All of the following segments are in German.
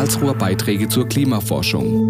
Karlsruher Beiträge zur Klimaforschung.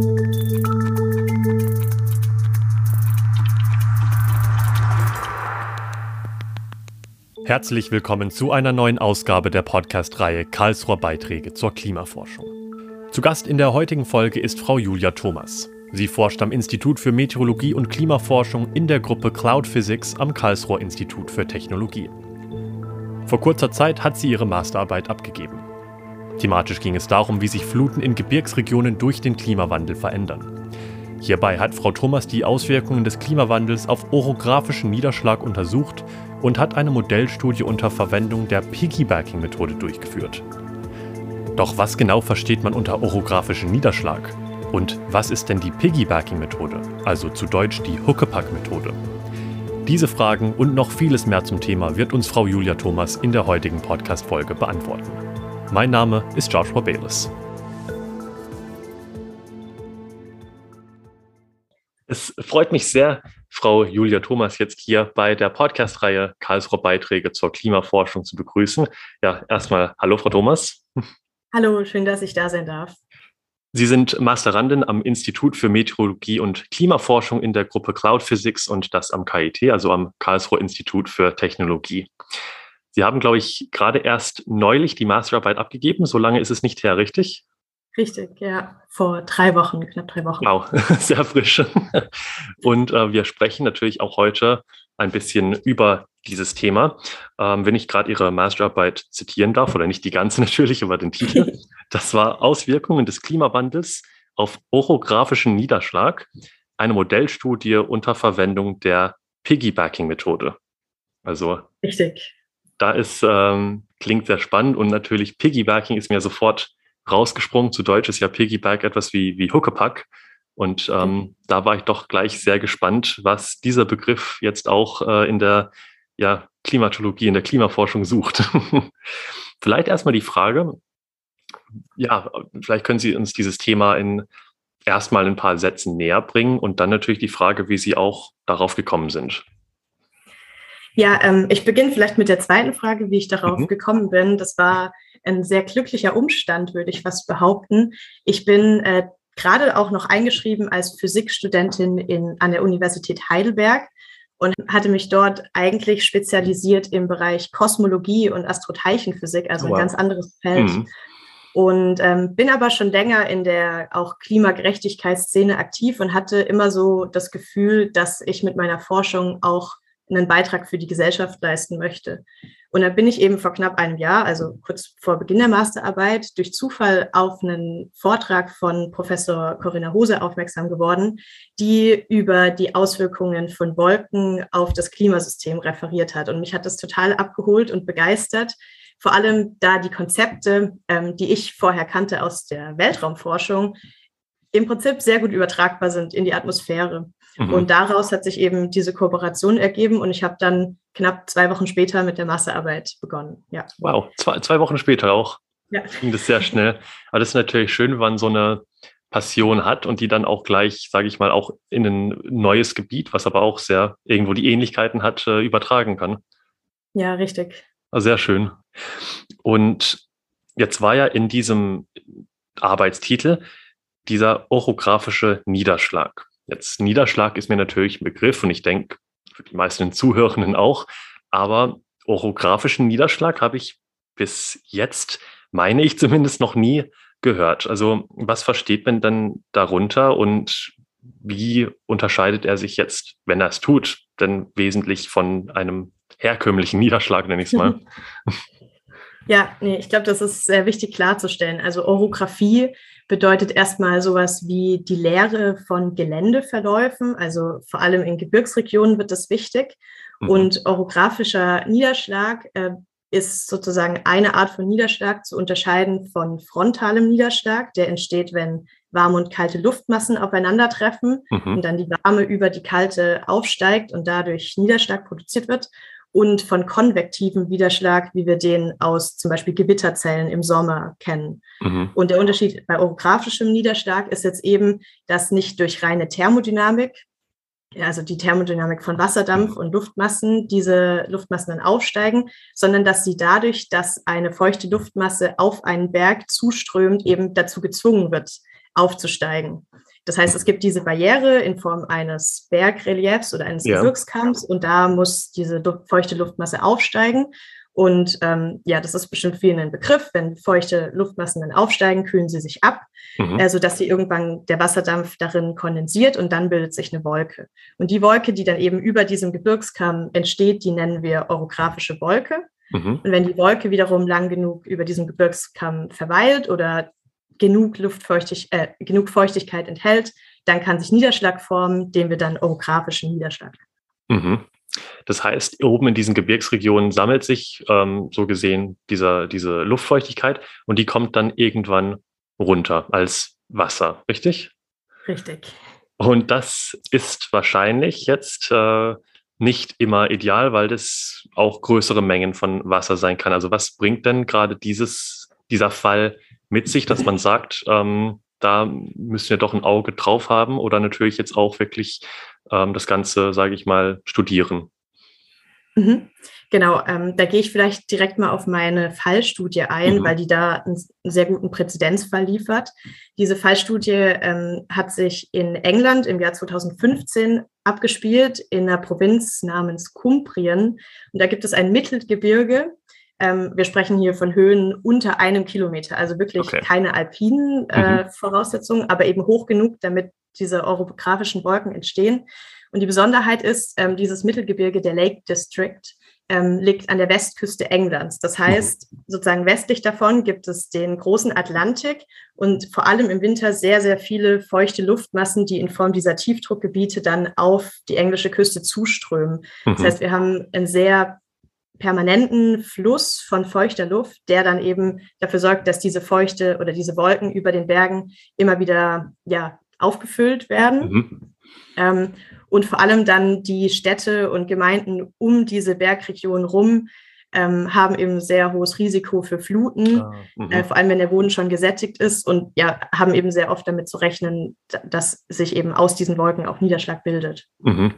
Herzlich willkommen zu einer neuen Ausgabe der Podcast-Reihe Karlsruher Beiträge zur Klimaforschung. Zu Gast in der heutigen Folge ist Frau Julia Thomas. Sie forscht am Institut für Meteorologie und Klimaforschung in der Gruppe Cloud Physics am Karlsruher Institut für Technologie. Vor kurzer Zeit hat sie ihre Masterarbeit abgegeben. Thematisch ging es darum, wie sich Fluten in Gebirgsregionen durch den Klimawandel verändern. Hierbei hat Frau Thomas die Auswirkungen des Klimawandels auf orographischen Niederschlag untersucht und hat eine Modellstudie unter Verwendung der Piggybacking-Methode durchgeführt. Doch was genau versteht man unter orographischen Niederschlag? Und was ist denn die Piggybacking-Methode, also zu Deutsch die Huckepack-Methode? Diese Fragen und noch vieles mehr zum Thema wird uns Frau Julia Thomas in der heutigen Podcast-Folge beantworten. Mein Name ist Joshua Bayless. Es freut mich sehr, Frau Julia Thomas jetzt hier bei der Podcast-Reihe Karlsruher Beiträge zur Klimaforschung zu begrüßen. Ja, erstmal hallo, Frau Thomas. Hallo, schön, dass ich da sein darf. Sie sind Masterandin am Institut für Meteorologie und Klimaforschung in der Gruppe Cloud Physics und das am KIT, also am Karlsruher Institut für Technologie. Sie haben, glaube ich, gerade erst neulich die Masterarbeit abgegeben. So lange ist es nicht her, richtig? Richtig, ja. Vor 3 Wochen, knapp 3 Wochen. Wow, sehr frisch. Und wir sprechen natürlich auch heute ein bisschen über dieses Thema. Wenn ich gerade Ihre Masterarbeit zitieren darf, oder nicht die ganze natürlich, aber den Titel. Das war Auswirkungen des Klimawandels auf orographischen Niederschlag, eine Modellstudie unter Verwendung der Piggybacking-Methode. Also richtig. Da ist, klingt sehr spannend und natürlich Piggybacking ist mir sofort rausgesprungen. Zu Deutsch ist ja Piggyback etwas wie Huckepack. Und da war ich doch gleich sehr gespannt, was dieser Begriff jetzt auch in der Klimatologie, in der Klimaforschung sucht. Vielleicht erstmal die Frage, vielleicht können Sie uns dieses Thema erstmal in ein paar Sätzen näher bringen und dann natürlich die Frage, wie Sie auch darauf gekommen sind. Ja, ich beginne vielleicht mit der zweiten Frage, wie ich darauf gekommen bin. Das war ein sehr glücklicher Umstand, würde ich fast behaupten. Ich bin gerade auch noch eingeschrieben als Physikstudentin an der Universität Heidelberg und hatte mich dort eigentlich spezialisiert im Bereich Kosmologie und Astroteilchenphysik, also ein ganz anderes Feld. Und bin aber schon länger in der auch Klimagerechtigkeitsszene aktiv und hatte immer so das Gefühl, dass ich mit meiner Forschung auch einen Beitrag für die Gesellschaft leisten möchte. Und dann bin ich eben vor knapp einem Jahr, also kurz vor Beginn der Masterarbeit, durch Zufall auf einen Vortrag von Professor Corinna Hose aufmerksam geworden, die über die Auswirkungen von Wolken auf das Klimasystem referiert hat. Und mich hat das total abgeholt und begeistert, vor allem da die Konzepte, die ich vorher kannte aus der Weltraumforschung, im Prinzip sehr gut übertragbar sind in die Atmosphäre. Und daraus hat sich eben diese Kooperation ergeben und ich habe dann knapp 2 Wochen später mit der Masterarbeit begonnen. Ja. Wow, 2 Wochen später auch. Ja. Ging das sehr schnell. Aber das ist natürlich schön, wenn man so eine Passion hat und die dann auch gleich, sage ich mal, auch in ein neues Gebiet, was aber auch sehr irgendwo die Ähnlichkeiten hat, übertragen kann. Ja, richtig. Also sehr schön. Und jetzt war ja in diesem Arbeitstitel dieser orographische Niederschlag. Jetzt Niederschlag ist mir natürlich ein Begriff und ich denke für die meisten Zuhörenden auch, aber orographischen Niederschlag habe ich bis jetzt, meine ich zumindest, noch nie gehört. Also was versteht man denn darunter und wie unterscheidet er sich jetzt, wenn er es tut, denn wesentlich von einem herkömmlichen Niederschlag, nenne ich es mal? Ja, ich glaube, das ist sehr wichtig klarzustellen. Also Orographie bedeutet erstmal sowas wie die Lehre von Geländeverläufen. Also vor allem in Gebirgsregionen wird das wichtig. Und orographischer Niederschlag ist sozusagen eine Art von Niederschlag zu unterscheiden von frontalem Niederschlag. Der entsteht, wenn warme und kalte Luftmassen aufeinandertreffen und dann die Wärme über die kalte aufsteigt und dadurch Niederschlag produziert wird. Und von konvektivem Niederschlag, wie wir den aus zum Beispiel Gewitterzellen im Sommer kennen. Und der Unterschied bei orographischem Niederschlag ist jetzt eben, dass nicht durch reine Thermodynamik also die Thermodynamik von Wasserdampf und Luftmassen, diese Luftmassen dann aufsteigen, sondern dass sie dadurch, dass eine feuchte Luftmasse auf einen Berg zuströmt, eben dazu gezwungen wird, aufzusteigen. Das heißt, es gibt diese Barriere in Form eines Bergreliefs oder eines Gebirgskamms und da muss diese feuchte Luftmasse aufsteigen. Und das ist bestimmt vielen ein Begriff. Wenn feuchte Luftmassen dann aufsteigen, kühlen sie sich ab, sodass sie irgendwann der Wasserdampf darin kondensiert und dann bildet sich eine Wolke. Und die Wolke, die dann eben über diesem Gebirgskamm entsteht, die nennen wir orographische Wolke. Und wenn die Wolke wiederum lang genug über diesem Gebirgskamm verweilt oder genug Feuchtigkeit enthält, dann kann sich Niederschlag formen, den wir dann orographischen Niederschlag. Das heißt, oben in diesen Gebirgsregionen sammelt sich so gesehen diese Luftfeuchtigkeit und die kommt dann irgendwann runter als Wasser, richtig? Richtig. Und das ist wahrscheinlich jetzt nicht immer ideal, weil das auch größere Mengen von Wasser sein kann. Also was bringt denn gerade dieser Fall mit sich, dass man sagt, da müssen wir doch ein Auge drauf haben oder natürlich jetzt auch wirklich das Ganze, sage ich mal, studieren? Genau, da gehe ich vielleicht direkt mal auf meine Fallstudie ein, weil die da einen sehr guten Präzedenzfall liefert. Diese Fallstudie hat sich in England im Jahr 2015 abgespielt, in einer Provinz namens Cumbrien. Und da gibt es ein Mittelgebirge. Wir sprechen hier von Höhen unter 1 Kilometer, also wirklich keine alpinen Voraussetzungen, aber eben hoch genug, damit diese orographischen Wolken entstehen. Und die Besonderheit ist, dieses Mittelgebirge, der Lake District, liegt an der Westküste Englands. Das heißt, sozusagen westlich davon gibt es den großen Atlantik und vor allem im Winter sehr, sehr viele feuchte Luftmassen, die in Form dieser Tiefdruckgebiete dann auf die englische Küste zuströmen. Das heißt, wir haben einen sehr permanenten Fluss von feuchter Luft, der dann eben dafür sorgt, dass diese Feuchte oder diese Wolken über den Bergen immer wieder aufgefüllt werden. Und vor allem dann die Städte und Gemeinden um diese Bergregion rum haben eben sehr hohes Risiko für Fluten, vor allem wenn der Boden schon gesättigt ist und haben eben sehr oft damit zu rechnen, dass sich eben aus diesen Wolken auch Niederschlag bildet.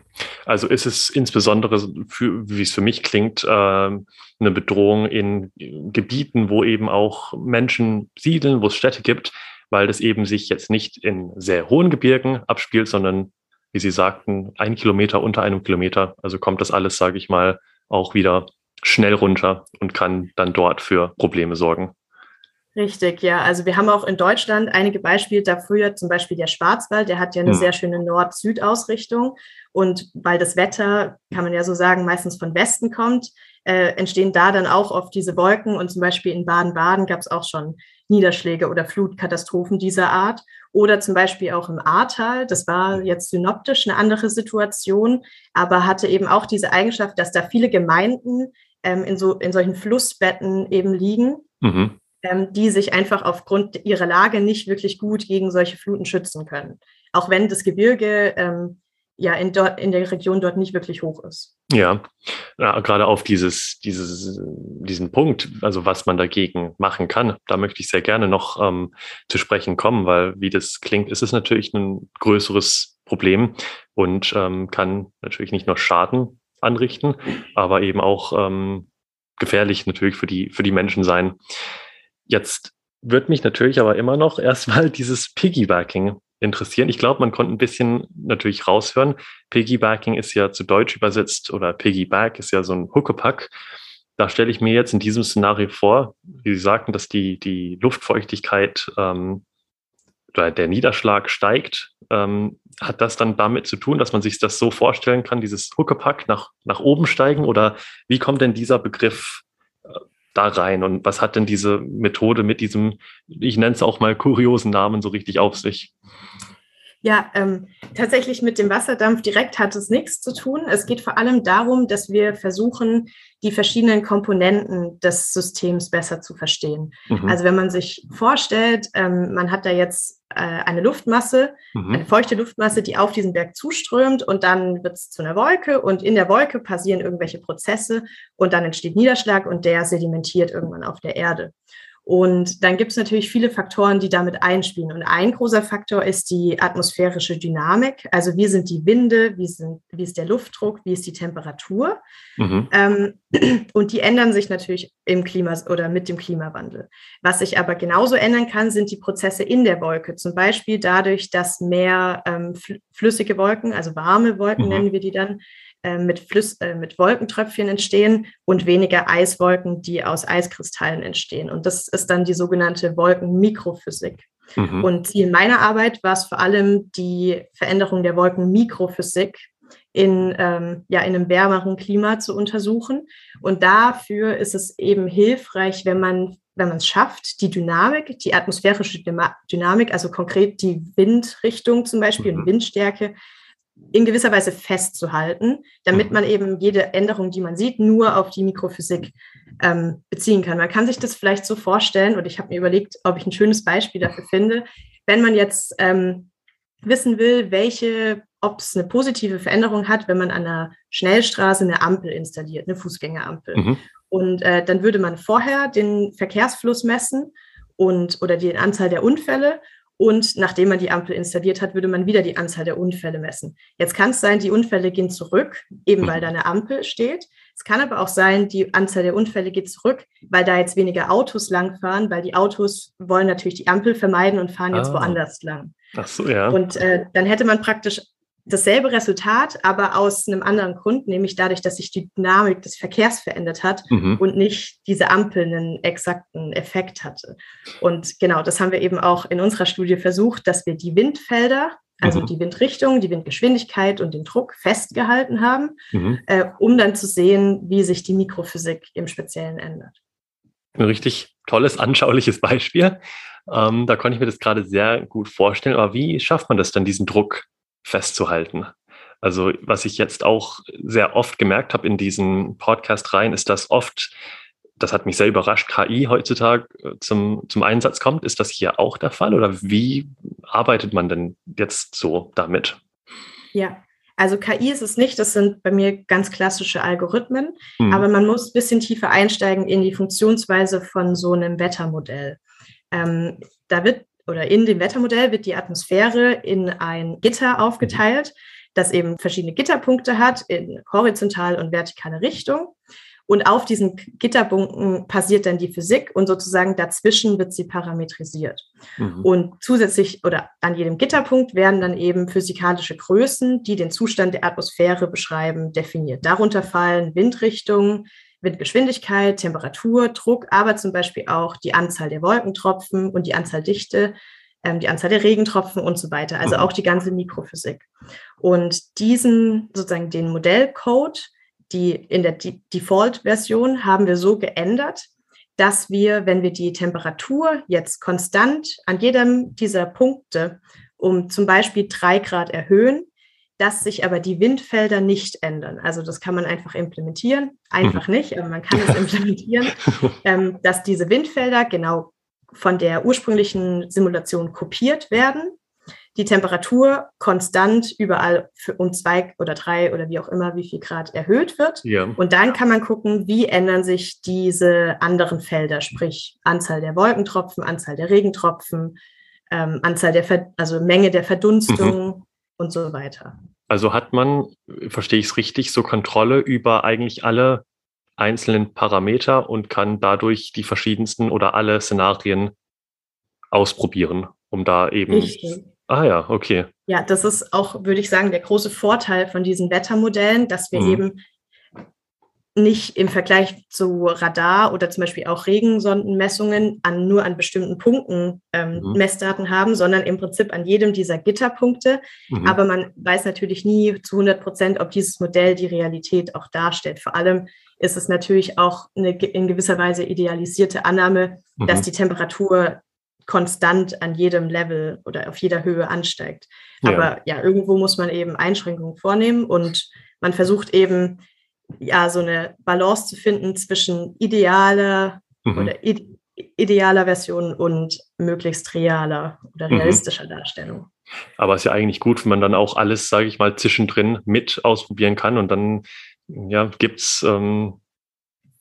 Also ist es insbesondere, wie es für mich klingt, eine Bedrohung in Gebieten, wo eben auch Menschen siedeln, wo es Städte gibt, weil das eben sich jetzt nicht in sehr hohen Gebirgen abspielt, sondern, wie Sie sagten, 1 Kilometer unter 1 Kilometer. Also kommt das alles, sage ich mal, auch wieder schnell runter und kann dann dort für Probleme sorgen. Richtig, ja. Also wir haben auch in Deutschland einige Beispiele dafür, zum Beispiel der Schwarzwald, der hat ja eine sehr schöne Nord-Süd-Ausrichtung. Und weil das Wetter, kann man ja so sagen, meistens von Westen kommt, entstehen da dann auch oft diese Wolken. Und zum Beispiel in Baden-Baden gab es auch schon Niederschläge oder Flutkatastrophen dieser Art. Oder zum Beispiel auch im Ahrtal, das war jetzt synoptisch eine andere Situation, aber hatte eben auch diese Eigenschaft, dass da viele Gemeinden in solchen Flussbetten eben liegen, die sich einfach aufgrund ihrer Lage nicht wirklich gut gegen solche Fluten schützen können. Auch wenn das Gebirge in der Region dort nicht wirklich hoch ist. Ja, gerade auf diesen Punkt, also was man dagegen machen kann, da möchte ich sehr gerne noch zu sprechen kommen, weil wie das klingt, ist es natürlich ein größeres Problem und kann natürlich nicht nur Schaden anrichten, aber eben auch gefährlich natürlich für die Menschen sein. Jetzt wird mich natürlich aber immer noch erstmal dieses Piggybacking interessieren. Ich glaube, man konnte ein bisschen natürlich raushören. Piggybacking ist ja zu Deutsch übersetzt oder Piggyback ist ja so ein Huckepack. Da stelle ich mir jetzt in diesem Szenario vor, wie Sie sagten, dass die Luftfeuchtigkeit oder der Niederschlag steigt. Hat das dann damit zu tun, dass man sich das so vorstellen kann, dieses Huckepack nach oben steigen? Oder wie kommt denn dieser Begriff da rein? Und was hat denn diese Methode mit diesem, ich nenne es auch mal kuriosen Namen, so richtig auf sich? Ja, tatsächlich mit dem Wasserdampf direkt hat es nichts zu tun. Es geht vor allem darum, dass wir versuchen, die verschiedenen Komponenten des Systems besser zu verstehen. Also wenn man sich vorstellt, man hat da jetzt eine Luftmasse, eine feuchte Luftmasse, die auf diesen Berg zuströmt und dann wird es zu einer Wolke und in der Wolke passieren irgendwelche Prozesse und dann entsteht Niederschlag und der sedimentiert irgendwann auf der Erde. Und dann gibt es natürlich viele Faktoren, die damit einspielen. Und ein großer Faktor ist die atmosphärische Dynamik. Also wie sind die Winde, wie ist der Luftdruck, wie ist die Temperatur? Und die ändern sich natürlich im Klima oder mit dem Klimawandel. Was sich aber genauso ändern kann, sind die Prozesse in der Wolke. Zum Beispiel dadurch, dass mehr flüssige Wolken, also warme Wolken nennen wir die dann, mit Wolkentröpfchen entstehen und weniger Eiswolken, die aus Eiskristallen entstehen. Und das ist dann die sogenannte Wolkenmikrophysik. Und Ziel meiner Arbeit war es vor allem, die Veränderung der Wolkenmikrophysik in einem wärmeren Klima zu untersuchen. Und dafür ist es eben hilfreich, wenn man es schafft, die Dynamik, die atmosphärische Dynamik, also konkret die Windrichtung zum Beispiel und Windstärke, in gewisser Weise festzuhalten, damit man eben jede Änderung, die man sieht, nur auf die Mikrophysik beziehen kann. Man kann sich das vielleicht so vorstellen, und ich habe mir überlegt, ob ich ein schönes Beispiel dafür finde, wenn man jetzt wissen will, ob es eine positive Veränderung hat, wenn man an einer Schnellstraße eine Ampel installiert, eine Fußgängerampel. Und dann würde man vorher den Verkehrsfluss messen oder die Anzahl der Unfälle. Und nachdem man die Ampel installiert hat, würde man wieder die Anzahl der Unfälle messen. Jetzt kann es sein, die Unfälle gehen zurück, eben weil da eine Ampel steht. Es kann aber auch sein, die Anzahl der Unfälle geht zurück, weil da jetzt weniger Autos langfahren, weil die Autos wollen natürlich die Ampel vermeiden und fahren jetzt woanders lang. Ach so, ja. Und dann hätte man praktisch dasselbe Resultat, aber aus einem anderen Grund, nämlich dadurch, dass sich die Dynamik des Verkehrs verändert hat und nicht diese Ampel einen exakten Effekt hatte. Und genau, das haben wir eben auch in unserer Studie versucht, dass wir die Windfelder, also die Windrichtung, die Windgeschwindigkeit und den Druck festgehalten haben, um dann zu sehen, wie sich die Mikrophysik im Speziellen ändert. Ein richtig tolles, anschauliches Beispiel. Da konnte ich mir das gerade sehr gut vorstellen. Aber wie schafft man das dann, diesen Druck festzuhalten? Also was ich jetzt auch sehr oft gemerkt habe in diesen Podcast-Reihen, ist, dass oft, das hat mich sehr überrascht, KI heutzutage zum Einsatz kommt. Ist das hier auch der Fall oder wie arbeitet man denn jetzt so damit? Ja, also KI ist es nicht, das sind bei mir ganz klassische Algorithmen, aber man muss ein bisschen tiefer einsteigen in die Funktionsweise von so einem Wettermodell. In dem Wettermodell wird die Atmosphäre in ein Gitter aufgeteilt, das eben verschiedene Gitterpunkte hat in horizontal und vertikale Richtung. Und auf diesen Gitterpunkten passiert dann die Physik und sozusagen dazwischen wird sie parametrisiert. Und zusätzlich oder an jedem Gitterpunkt werden dann eben physikalische Größen, die den Zustand der Atmosphäre beschreiben, definiert. Darunter fallen Windrichtung, Windgeschwindigkeit, Temperatur, Druck, aber zum Beispiel auch die Anzahl der Wolkentropfen und die Anzahldichte, die Anzahl der Regentropfen und so weiter. Also auch die ganze Mikrophysik. Und den Modellcode, die in der Default-Version haben wir so geändert, dass wir, wenn wir die Temperatur jetzt konstant an jedem dieser Punkte um zum Beispiel 3 Grad erhöhen, dass sich aber die Windfelder nicht ändern. Also das kann man einfach implementieren. Einfach nicht, aber man kann es implementieren, dass diese Windfelder genau von der ursprünglichen Simulation kopiert werden, die Temperatur konstant überall um 2 oder 3 oder wie auch immer, wie viel Grad erhöht wird. Ja. Und dann kann man gucken, wie ändern sich diese anderen Felder, sprich Anzahl der Wolkentropfen, Anzahl der Regentropfen, Menge der Verdunstung und so weiter. Also hat man, verstehe ich es richtig, so Kontrolle über eigentlich alle einzelnen Parameter und kann dadurch die verschiedensten oder alle Szenarien ausprobieren, um da eben... Richtig. Ah ja, okay. Ja, das ist auch, würde ich sagen, der große Vorteil von diesen Wettermodellen, dass wir eben nicht im Vergleich zu Radar oder zum Beispiel auch Regensondenmessungen nur an bestimmten Punkten Messdaten haben, sondern im Prinzip an jedem dieser Gitterpunkte. Aber man weiß natürlich nie zu 100%, ob dieses Modell die Realität auch darstellt. Vor allem ist es natürlich auch eine in gewisser Weise idealisierte Annahme, dass die Temperatur konstant an jedem Level oder auf jeder Höhe ansteigt. Aber ja, irgendwo muss man eben Einschränkungen vornehmen und man versucht eben, so eine Balance zu finden zwischen idealer Version und möglichst realer oder realistischer Darstellung. Aber es ist ja eigentlich gut, wenn man dann auch alles, sage ich mal, zwischendrin mit ausprobieren kann und dann gibt es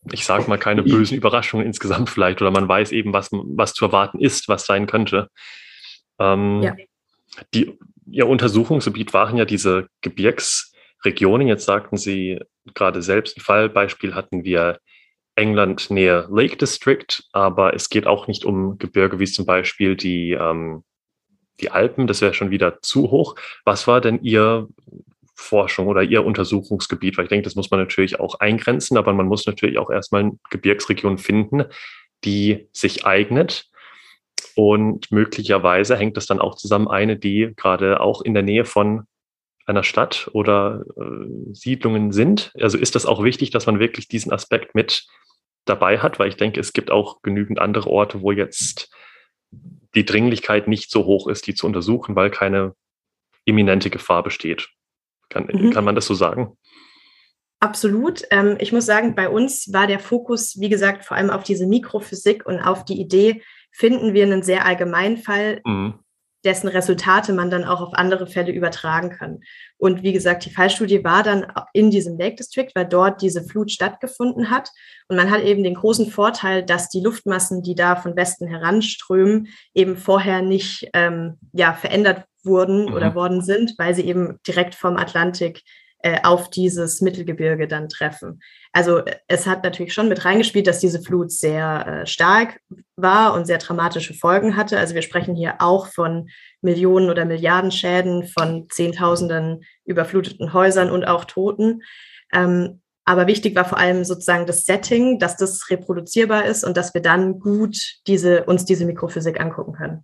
ich sage mal, keine bösen Überraschungen insgesamt vielleicht, oder man weiß eben, was zu erwarten ist, was sein könnte. Ja. Ihr Untersuchungsgebiet waren ja diese Gebirgsregionen. Jetzt sagten Sie gerade selbst, ein Fallbeispiel hatten wir England nähe Lake District, aber es geht auch nicht um Gebirge wie zum Beispiel die Alpen, das wäre schon wieder zu hoch. Was war denn Ihr Forschung oder Ihr Untersuchungsgebiet? Weil ich denke, das muss man natürlich auch eingrenzen, aber man muss natürlich auch erstmal eine Gebirgsregion finden, die sich eignet. Und möglicherweise hängt das dann auch zusammen, eine, die gerade auch in der Nähe von einer Stadt oder Siedlungen sind. Also ist das auch wichtig, dass man wirklich diesen Aspekt mit dabei hat, weil ich denke, es gibt auch genügend andere Orte, wo jetzt die Dringlichkeit nicht so hoch ist, die zu untersuchen, weil keine imminente Gefahr besteht. Kann man das so sagen? Absolut. Ich muss sagen, bei uns war der Fokus, wie gesagt, vor allem auf diese Mikrophysik und auf die Idee, finden wir einen sehr allgemeinen Fall, dessen Resultate man dann auch auf andere Fälle übertragen kann. Und wie gesagt, die Fallstudie war dann in diesem Lake District, weil dort diese Flut stattgefunden hat. Und man hat eben den großen Vorteil, dass die Luftmassen, die da von Westen heranströmen, eben vorher nicht verändert wurden oder worden sind, weil sie eben direkt vom Atlantik auf dieses Mittelgebirge dann treffen. Also es hat natürlich schon mit reingespielt, dass diese Flut sehr stark war und sehr dramatische Folgen hatte. Also wir sprechen hier auch von Millionen oder Milliarden Schäden, von Zehntausenden überfluteten Häusern und auch Toten. Aber wichtig war vor allem sozusagen das Setting, dass das reproduzierbar ist und dass wir dann gut uns diese Mikrophysik angucken können.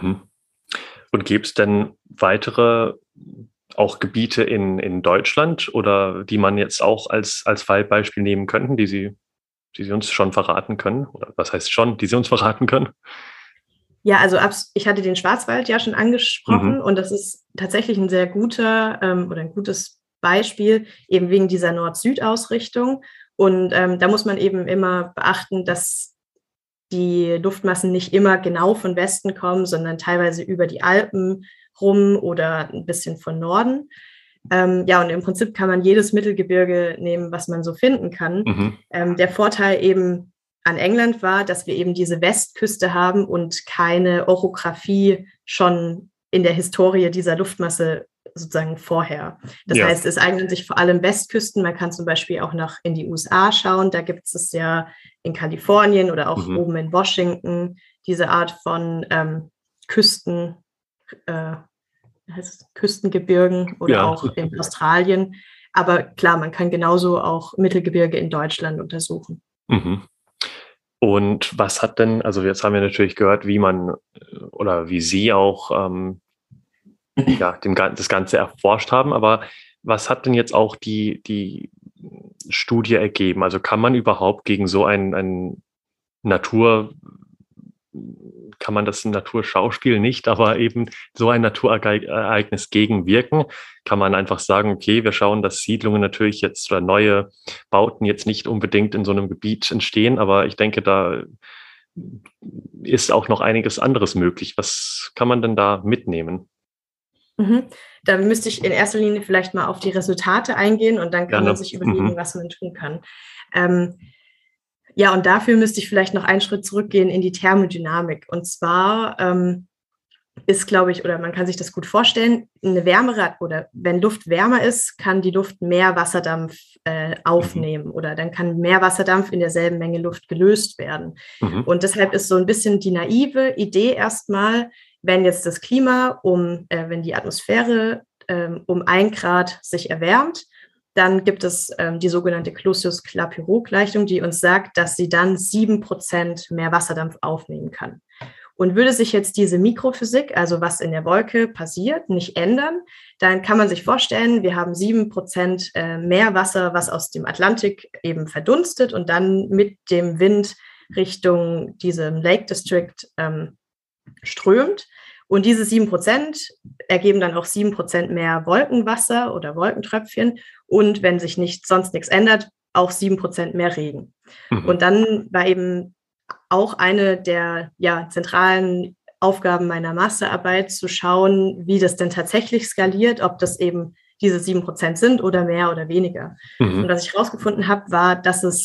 Und gibt es denn weitere auch Gebiete in Deutschland oder die man jetzt auch als Fallbeispiel nehmen könnten, die Sie uns schon verraten können? Oder was heißt schon, die Sie uns verraten können? Ja, also ich hatte den Schwarzwald ja schon angesprochen und das ist tatsächlich ein sehr guter oder ein gutes Beispiel, eben wegen dieser Nord-Süd-Ausrichtung. Und da muss man eben immer beachten, dass die Luftmassen nicht immer genau von Westen kommen, sondern teilweise über die Alpen rum oder ein bisschen von Norden. Und im Prinzip kann man jedes Mittelgebirge nehmen, was man so finden kann. Der Vorteil eben an England war, dass wir eben diese Westküste haben und keine Orographie schon in der Historie dieser Luftmasse sozusagen vorher. Das heißt, es eignen sich vor allem Westküsten. Man kann zum Beispiel auch in die USA schauen. Da gibt es ja in Kalifornien oder auch oben in Washington diese Art von Küstengebirgen oder auch in Australien. Aber klar, man kann genauso auch Mittelgebirge in Deutschland untersuchen. Und was hat denn, also jetzt haben wir natürlich gehört, wie man oder wie Sie auch das Ganze erforscht haben, aber was hat denn jetzt auch die Studie ergeben? Also kann man überhaupt gegen so ein Naturschauspiel nicht, aber eben so ein Naturereignis gegenwirken? Kann man einfach sagen, okay, wir schauen, dass Siedlungen natürlich jetzt oder neue Bauten jetzt nicht unbedingt in so einem Gebiet entstehen, aber ich denke, da ist auch noch einiges anderes möglich. Was kann man denn da mitnehmen? Da müsste ich in erster Linie vielleicht mal auf die Resultate eingehen und dann kann man sich überlegen, was man tun kann. Und dafür müsste ich vielleicht noch einen Schritt zurückgehen in die Thermodynamik. Und zwar ist, glaube ich, oder man kann sich das gut vorstellen, wenn Luft wärmer ist, kann die Luft mehr Wasserdampf aufnehmen oder dann kann mehr Wasserdampf in derselben Menge Luft gelöst werden. Und deshalb ist so ein bisschen die naive Idee erstmal, wenn jetzt das Klima wenn die Atmosphäre um 1 Grad sich erwärmt, dann gibt es die sogenannte Clausius-Clapeyron-Gleichung, die uns sagt, dass sie dann 7% mehr Wasserdampf aufnehmen kann. Und würde sich jetzt diese Mikrophysik, also was in der Wolke passiert, nicht ändern, dann kann man sich vorstellen, wir haben 7% mehr Wasser, was aus dem Atlantik eben verdunstet und dann mit dem Wind Richtung diesem Lake District strömt. Und diese 7% ergeben dann auch 7% mehr Wolkenwasser oder Wolkentröpfchen. Und wenn sich sonst nichts ändert, auch 7% mehr Regen. Und dann war eben auch eine der zentralen Aufgaben meiner Masterarbeit zu schauen, wie das denn tatsächlich skaliert, ob das eben diese 7% sind oder mehr oder weniger. Und was ich herausgefunden habe, war, dass es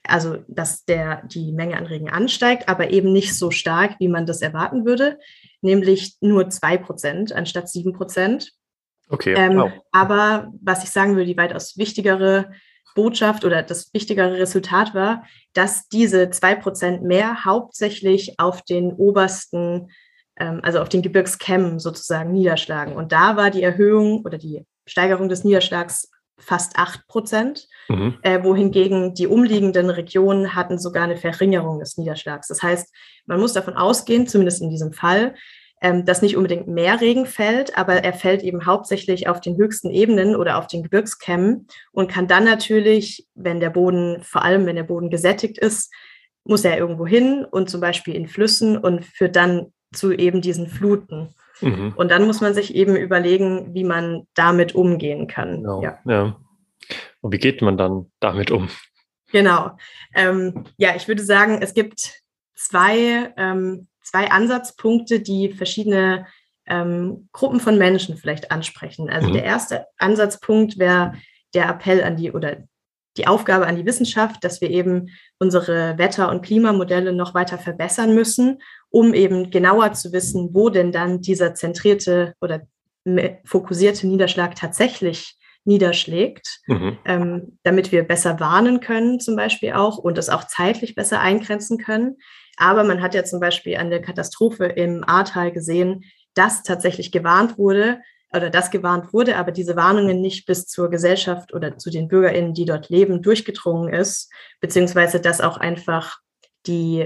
also dass die Menge an Regen ansteigt, aber eben nicht so stark, wie man das erwarten würde, nämlich nur 2% anstatt 7%. Okay, wow. Aber was ich sagen würde, die weitaus wichtigere Botschaft oder das wichtigere Resultat war, dass diese 2% mehr hauptsächlich auf den obersten, also auf den Gebirgskämmen sozusagen niederschlagen. Und da war die Erhöhung oder die Steigerung des Niederschlags fast 8%, wohingegen die umliegenden Regionen hatten sogar eine Verringerung des Niederschlags. Das heißt, man muss davon ausgehen, zumindest in diesem Fall, dass nicht unbedingt mehr Regen fällt, aber er fällt eben hauptsächlich auf den höchsten Ebenen oder auf den Gebirgskämmen und kann dann natürlich, vor allem wenn der Boden gesättigt ist, muss er irgendwo hin und zum Beispiel in Flüssen und führt dann zu eben diesen Fluten. Und dann muss man sich eben überlegen, wie man damit umgehen kann. Genau. Ja. Und wie geht man dann damit um? Genau. Ich würde sagen, es gibt zwei Ansatzpunkte, die verschiedene Gruppen von Menschen vielleicht ansprechen. Also der erste Ansatzpunkt wäre der Appell an die Aufgabe an die Wissenschaft, dass wir eben unsere Wetter- und Klimamodelle noch weiter verbessern müssen, um eben genauer zu wissen, wo denn dann dieser zentrierte oder fokussierte Niederschlag tatsächlich niederschlägt, damit wir besser warnen können zum Beispiel auch und es auch zeitlich besser eingrenzen können. Aber man hat ja zum Beispiel an der Katastrophe im Ahrtal gesehen, dass tatsächlich gewarnt wurde, aber diese Warnungen nicht bis zur Gesellschaft oder zu den BürgerInnen, die dort leben, durchgedrungen ist, beziehungsweise dass auch einfach die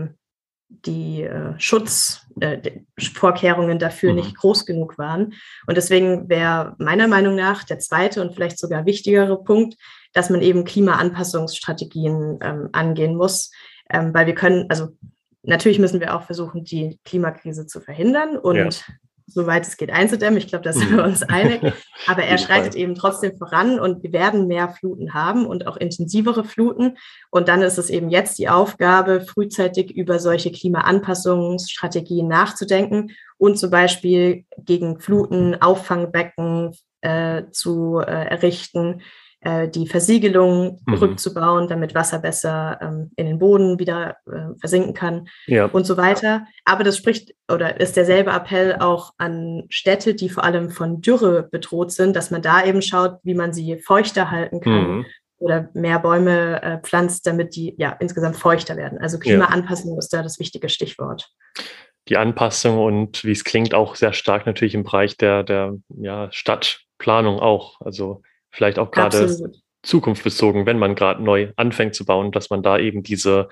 Schutzvorkehrungen dafür nicht groß genug waren. Und deswegen wäre meiner Meinung nach der zweite und vielleicht sogar wichtigere Punkt, dass man eben Klimaanpassungsstrategien angehen muss, weil natürlich müssen wir auch versuchen, die Klimakrise zu verhindern und soweit es geht einzudämmen. Ich glaube, da sind wir uns einig. Aber er schreitet eben trotzdem voran und wir werden mehr Fluten haben und auch intensivere Fluten. Und dann ist es eben jetzt die Aufgabe, frühzeitig über solche Klimaanpassungsstrategien nachzudenken und zum Beispiel gegen Fluten Auffangbecken zu errichten, die Versiegelung rückzubauen, damit Wasser besser in den Boden wieder versinken kann und so weiter. Aber das ist derselbe Appell auch an Städte, die vor allem von Dürre bedroht sind, dass man da eben schaut, wie man sie feuchter halten kann oder mehr Bäume pflanzt, damit die insgesamt feuchter werden. Also Klimaanpassung ist da das wichtige Stichwort. Die Anpassung und wie es klingt auch sehr stark natürlich im Bereich der Stadtplanung auch, also vielleicht auch gerade zukunftsbezogen, wenn man gerade neu anfängt zu bauen, dass man da eben diese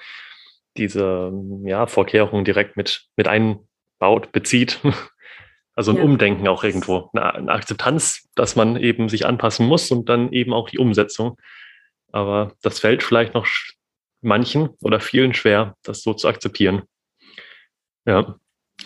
Vorkehrungen direkt mit einbaut, bezieht. Also ein Umdenken auch irgendwo, eine Akzeptanz, dass man eben sich anpassen muss und dann eben auch die Umsetzung. Aber das fällt vielleicht noch manchen oder vielen schwer, das so zu akzeptieren. Ja.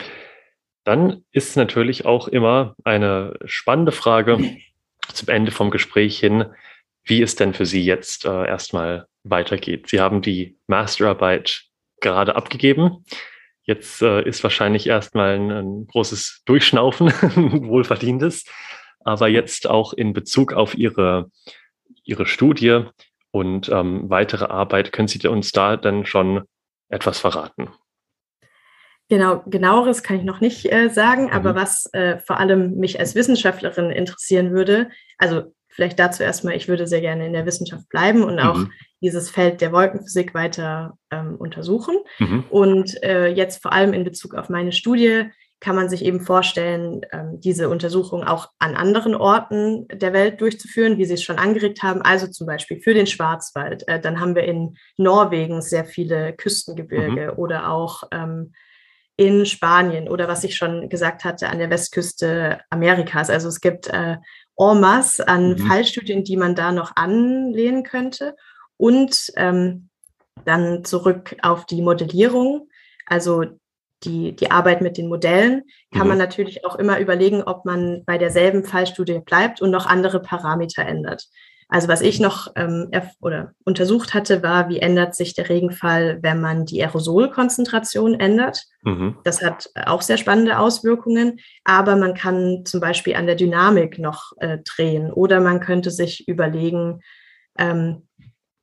Dann ist natürlich auch immer eine spannende Frage zum Ende vom Gespräch hin, wie es denn für Sie jetzt erstmal weitergeht. Sie haben die Masterarbeit gerade abgegeben. Jetzt ist wahrscheinlich erstmal ein großes Durchschnaufen, wohlverdientes, aber jetzt auch in Bezug auf Ihre Studie und weitere Arbeit, können Sie uns da dann schon etwas verraten? Genau, genaueres kann ich noch nicht sagen, aber was vor allem mich als Wissenschaftlerin interessieren würde, also vielleicht dazu erstmal, ich würde sehr gerne in der Wissenschaft bleiben und auch dieses Feld der Wolkenphysik weiter untersuchen. Und jetzt vor allem in Bezug auf meine Studie kann man sich eben vorstellen, diese Untersuchung auch an anderen Orten der Welt durchzuführen, wie Sie es schon angeregt haben, also zum Beispiel für den Schwarzwald. Dann haben wir in Norwegen sehr viele Küstengebirge oder auch in Spanien oder was ich schon gesagt hatte, an der Westküste Amerikas. Also es gibt en masse an Fallstudien, die man da noch anlehnen könnte. Und dann zurück auf die Modellierung, also die Arbeit mit den Modellen, kann man natürlich auch immer überlegen, ob man bei derselben Fallstudie bleibt und noch andere Parameter ändert. Also was ich noch untersucht hatte, war, wie ändert sich der Regenfall, wenn man die Aerosolkonzentration ändert. Das hat auch sehr spannende Auswirkungen, aber man kann zum Beispiel an der Dynamik noch drehen oder man könnte sich überlegen,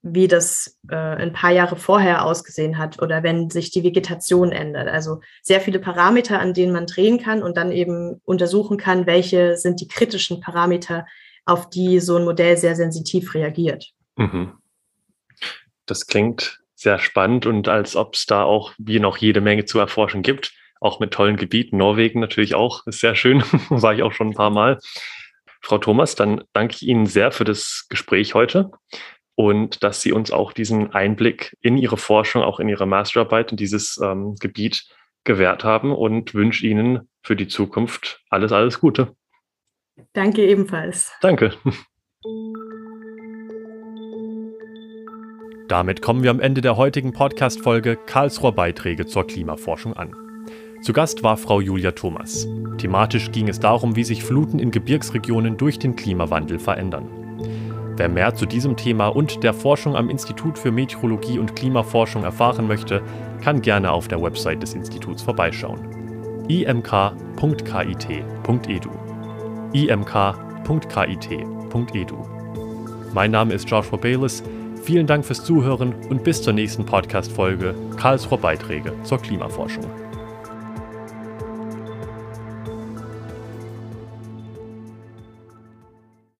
wie das ein paar Jahre vorher ausgesehen hat oder wenn sich die Vegetation ändert. Also sehr viele Parameter, an denen man drehen kann und dann eben untersuchen kann, welche sind die kritischen Parameter, auf die so ein Modell sehr sensitiv reagiert. Mhm. Das klingt sehr spannend und als ob es da auch wie noch jede Menge zu erforschen gibt, auch mit tollen Gebieten. Norwegen natürlich auch, ist sehr schön, war ich auch schon ein paar Mal. Frau Thomas, dann danke ich Ihnen sehr für das Gespräch heute und dass Sie uns auch diesen Einblick in Ihre Forschung, auch in Ihre Masterarbeit in dieses Gebiet gewährt haben und wünsche Ihnen für die Zukunft alles Gute. Danke ebenfalls. Danke. Damit kommen wir am Ende der heutigen Podcast-Folge Karlsruher Beiträge zur Klimaforschung an. Zu Gast war Frau Julia Thomas. Thematisch ging es darum, wie sich Fluten in Gebirgsregionen durch den Klimawandel verändern. Wer mehr zu diesem Thema und der Forschung am Institut für Meteorologie und Klimaforschung erfahren möchte, kann gerne auf der Website des Instituts vorbeischauen. imk.kit.edu. imk.kit.edu. Mein Name ist Joshua Bayliss. Vielen Dank fürs Zuhören und bis zur nächsten Podcast-Folge Karlsruher Beiträge zur Klimaforschung.